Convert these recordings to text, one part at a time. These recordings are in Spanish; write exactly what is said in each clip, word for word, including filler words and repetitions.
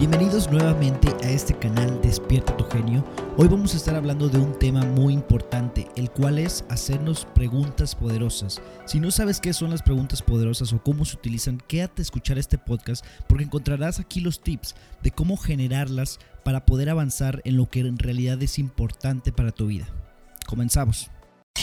Bienvenidos nuevamente a este canal Despierta tu Genio. Hoy vamos a estar hablando de un tema muy importante, el cual es hacernos preguntas poderosas. Si no sabes qué son las preguntas poderosas o cómo se utilizan, quédate a escuchar este podcast porque encontrarás aquí los tips de cómo generarlas para poder avanzar en lo que en realidad es importante para tu vida. Comenzamos.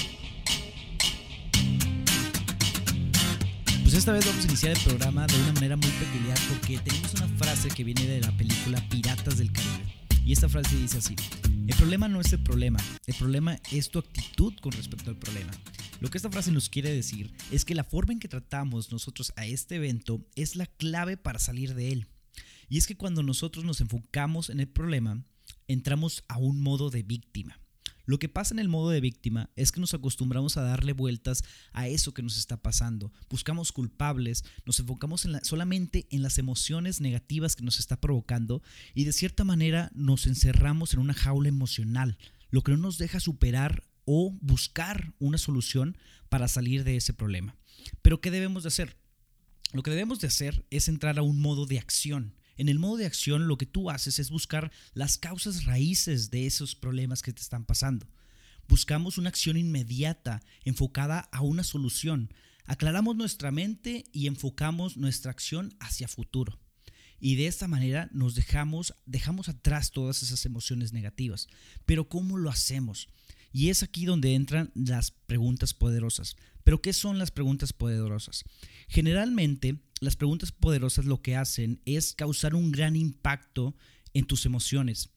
Pues esta vez vamos a iniciar el programa de una manera muy peculiar porque tenemos una frase que viene de la película Piratas del Caribe. Y esta frase dice así: el problema no es el problema, el problema es tu actitud con respecto al problema. Lo que esta frase nos quiere decir es que la forma en que tratamos nosotros a este evento es la clave para salir de él. Y es que cuando nosotros nos enfocamos en el problema, entramos a un modo de víctima. Lo que pasa en el modo de víctima es que nos acostumbramos a darle vueltas a eso que nos está pasando. Buscamos culpables, nos enfocamos en la, solamente en las emociones negativas que nos está provocando y de cierta manera nos encerramos en una jaula emocional, lo que no nos deja superar o buscar una solución para salir de ese problema. Pero ¿qué debemos de hacer? Lo que debemos de hacer es entrar a un modo de acción. En el modo de acción lo que tú haces es buscar las causas raíces de esos problemas que te están pasando. Buscamos una acción inmediata, enfocada a una solución. Aclaramos nuestra mente y enfocamos nuestra acción hacia futuro. Y de esta manera nos dejamos, dejamos atrás todas esas emociones negativas. Pero ¿cómo lo hacemos? Y es aquí donde entran las preguntas poderosas. ¿Pero qué son las preguntas poderosas? Generalmente, las preguntas poderosas lo que hacen es causar un gran impacto en tus emociones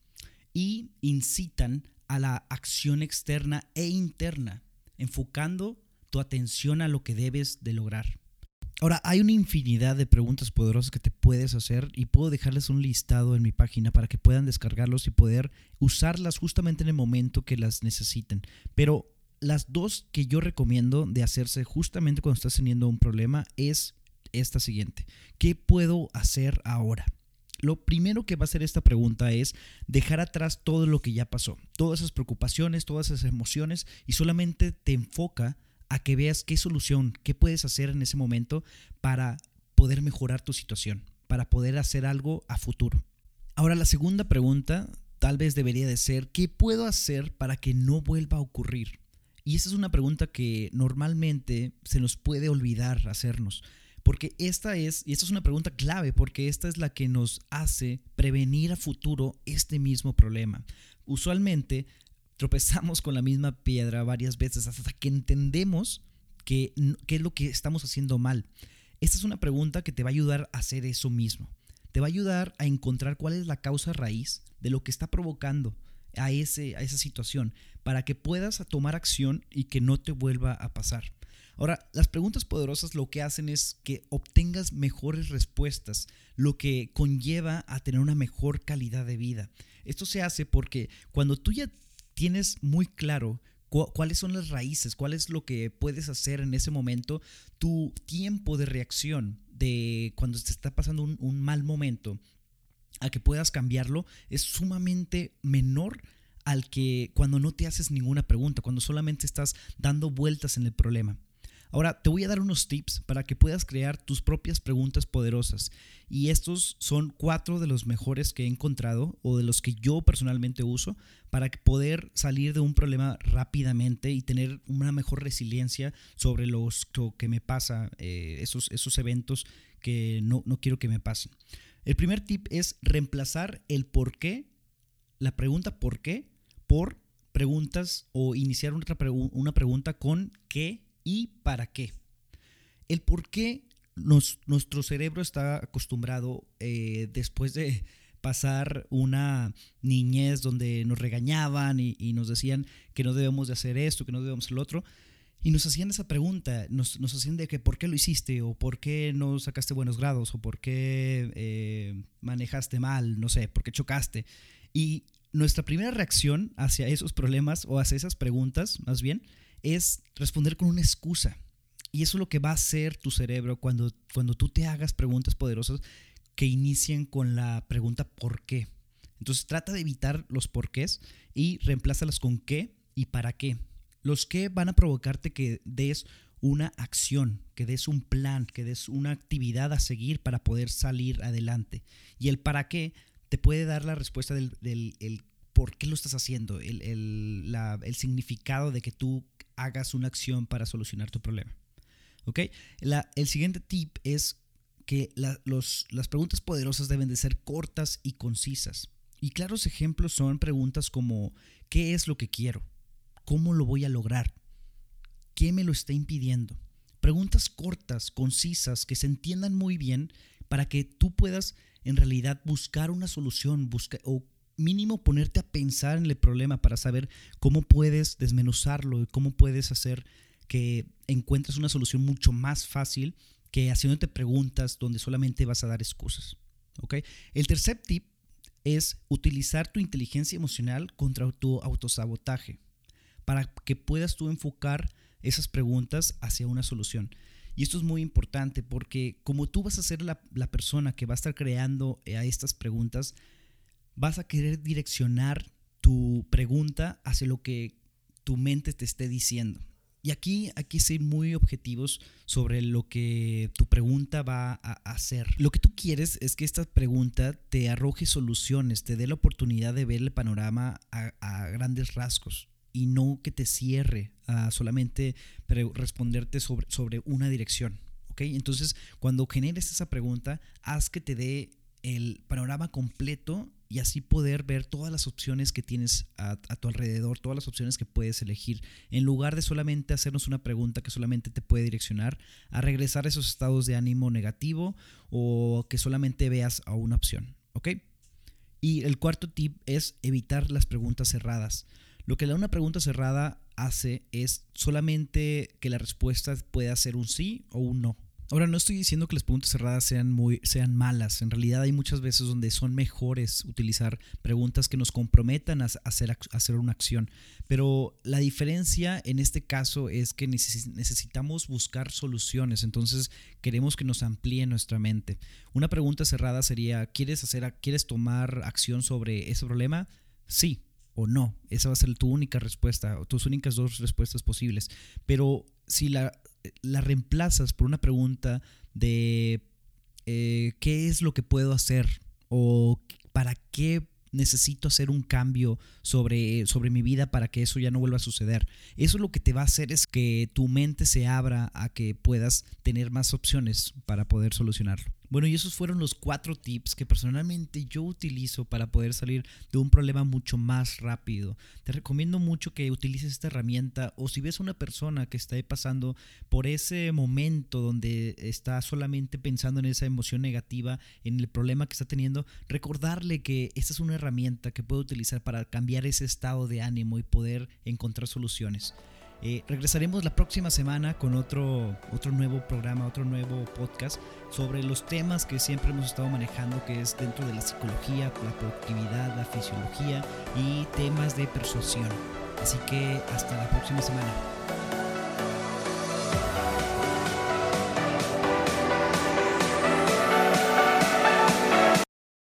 y incitan a la acción externa e interna, enfocando tu atención a lo que debes de lograr. Ahora, hay una infinidad de preguntas poderosas que te puedes hacer y puedo dejarles un listado en mi página para que puedan descargarlos y poder usarlas justamente en el momento que las necesiten. Pero las dos que yo recomiendo de hacerse justamente cuando estás teniendo un problema es esta siguiente: ¿qué puedo hacer ahora? Lo primero que va a hacer esta pregunta es dejar atrás todo lo que ya pasó, todas esas preocupaciones, todas esas emociones, y solamente te enfoca a que veas qué solución, qué puedes hacer en ese momento para poder mejorar tu situación, para poder hacer algo a futuro. Ahora, la segunda pregunta tal vez debería de ser: ¿qué puedo hacer para que no vuelva a ocurrir? Y esa es una pregunta que normalmente se nos puede olvidar hacernos. Porque esta es, y esta es una pregunta clave, porque esta es la que nos hace prevenir a futuro este mismo problema. Usualmente tropezamos con la misma piedra varias veces hasta que entendemos que, qué es lo que estamos haciendo mal. Esta es una pregunta que te va a ayudar a hacer eso mismo. Te va a ayudar a encontrar cuál es la causa raíz de lo que está provocando a, ese, a esa situación para que puedas tomar acción y que no te vuelva a pasar. Ahora, las preguntas poderosas lo que hacen es que obtengas mejores respuestas, lo que conlleva a tener una mejor calidad de vida. Esto se hace porque cuando tú ya tienes muy claro cu- cuáles son las raíces, cuál es lo que puedes hacer en ese momento, tu tiempo de reacción de cuando te está pasando un, un mal momento a que puedas cambiarlo es sumamente menor al que cuando no te haces ninguna pregunta, cuando solamente estás dando vueltas en el problema. Ahora, te voy a dar unos tips para que puedas crear tus propias preguntas poderosas, y estos son cuatro de los mejores que he encontrado o de los que yo personalmente uso para poder salir de un problema rápidamente y tener una mejor resiliencia sobre los, lo que me pasa, eh, esos, esos eventos que no, no quiero que me pasen. El primer tip es reemplazar el por qué, la pregunta por qué, por preguntas o iniciar otra pregu- una pregunta con qué y para qué. El por qué nos, nuestro cerebro está acostumbrado eh, después de pasar una niñez donde nos regañaban y, y nos decían que no debemos de hacer esto, que no debemos hacer lo otro, y nos hacían esa pregunta, nos, nos hacían de que ¿por qué lo hiciste? O ¿por qué no sacaste buenos grados? O ¿por qué eh, manejaste mal? No sé, ¿por qué chocaste? Y nuestra primera reacción hacia esos problemas o hacia esas preguntas, más bien, es responder con una excusa. Y eso es lo que va a hacer tu cerebro cuando, cuando tú te hagas preguntas poderosas que inicien con la pregunta ¿por qué? Entonces trata de evitar los porqués y reemplázalas con qué y para qué. Los qué van a provocarte que des una acción, que des un plan, que des una actividad a seguir para poder salir adelante. Y el para qué te puede dar la respuesta del, del el por qué lo estás haciendo, el, el, la, el significado de que tú hagas una acción para solucionar tu problema. ¿Ok? La, el siguiente tip es que la, los, las preguntas poderosas deben de ser cortas y concisas. Y claros ejemplos son preguntas como ¿qué es lo que quiero? ¿Cómo lo voy a lograr? ¿Qué me lo está impidiendo? Preguntas cortas, concisas, que se entiendan muy bien para que tú puedas en realidad buscar una solución, busca, o mínimo ponerte a pensar en el problema para saber cómo puedes desmenuzarlo y cómo puedes hacer que encuentres una solución mucho más fácil que haciéndote preguntas donde solamente vas a dar excusas. ¿Ok? El tercer tip es utilizar tu inteligencia emocional contra tu autosabotaje para que puedas tú enfocar esas preguntas hacia una solución. Y esto es muy importante porque como tú vas a ser la, la persona que va a estar creando a estas preguntas, vas a querer direccionar tu pregunta hacia lo que tu mente te esté diciendo. Y aquí hay que ser muy objetivos sobre lo que tu pregunta va a hacer. Lo que tú quieres es que esta pregunta te arroje soluciones, te dé la oportunidad de ver el panorama a, a grandes rasgos y no que te cierre a solamente responderte sobre, sobre una dirección. ¿Ok? Entonces, cuando generes esa pregunta, haz que te dé el panorama completo y así poder ver todas las opciones que tienes a, a tu alrededor, todas las opciones que puedes elegir, en lugar de solamente hacernos una pregunta que solamente te puede direccionar a regresar a esos estados de ánimo negativo o que solamente veas a una opción. ¿Ok? Y el cuarto tip es evitar las preguntas cerradas. Lo que una pregunta cerrada hace es solamente que la respuesta pueda ser un sí o un no. Ahora, no estoy diciendo que las preguntas cerradas sean, muy, sean malas. En realidad hay muchas veces donde son mejores utilizar preguntas que nos comprometan a hacer, a hacer una acción. Pero la diferencia en este caso es que necesitamos buscar soluciones. Entonces queremos que nos amplíe nuestra mente. Una pregunta cerrada sería, ¿quieres, hacer, ¿quieres tomar acción sobre ese problema? Sí o no. Esa va a ser tu única respuesta, o tus únicas dos respuestas posibles. Pero si la... la reemplazas por una pregunta de eh, ¿qué es lo que puedo hacer? O ¿para qué necesito hacer un cambio sobre, sobre mi vida para que eso ya no vuelva a suceder? Eso lo que te va a hacer es que tu mente se abra a que puedas tener más opciones para poder solucionarlo. Bueno, y esos fueron los cuatro tips que personalmente yo utilizo para poder salir de un problema mucho más rápido. Te recomiendo mucho que utilices esta herramienta, o si ves a una persona que está pasando por ese momento donde está solamente pensando en esa emoción negativa, en el problema que está teniendo, recordarle que esta es una herramienta que puede utilizar para cambiar ese estado de ánimo y poder encontrar soluciones. Eh, regresaremos la próxima semana con otro, otro nuevo programa, otro nuevo podcast sobre los temas que siempre hemos estado manejando, que es dentro de la psicología, la productividad, la fisiología y temas de persuasión. Así que hasta la próxima semana.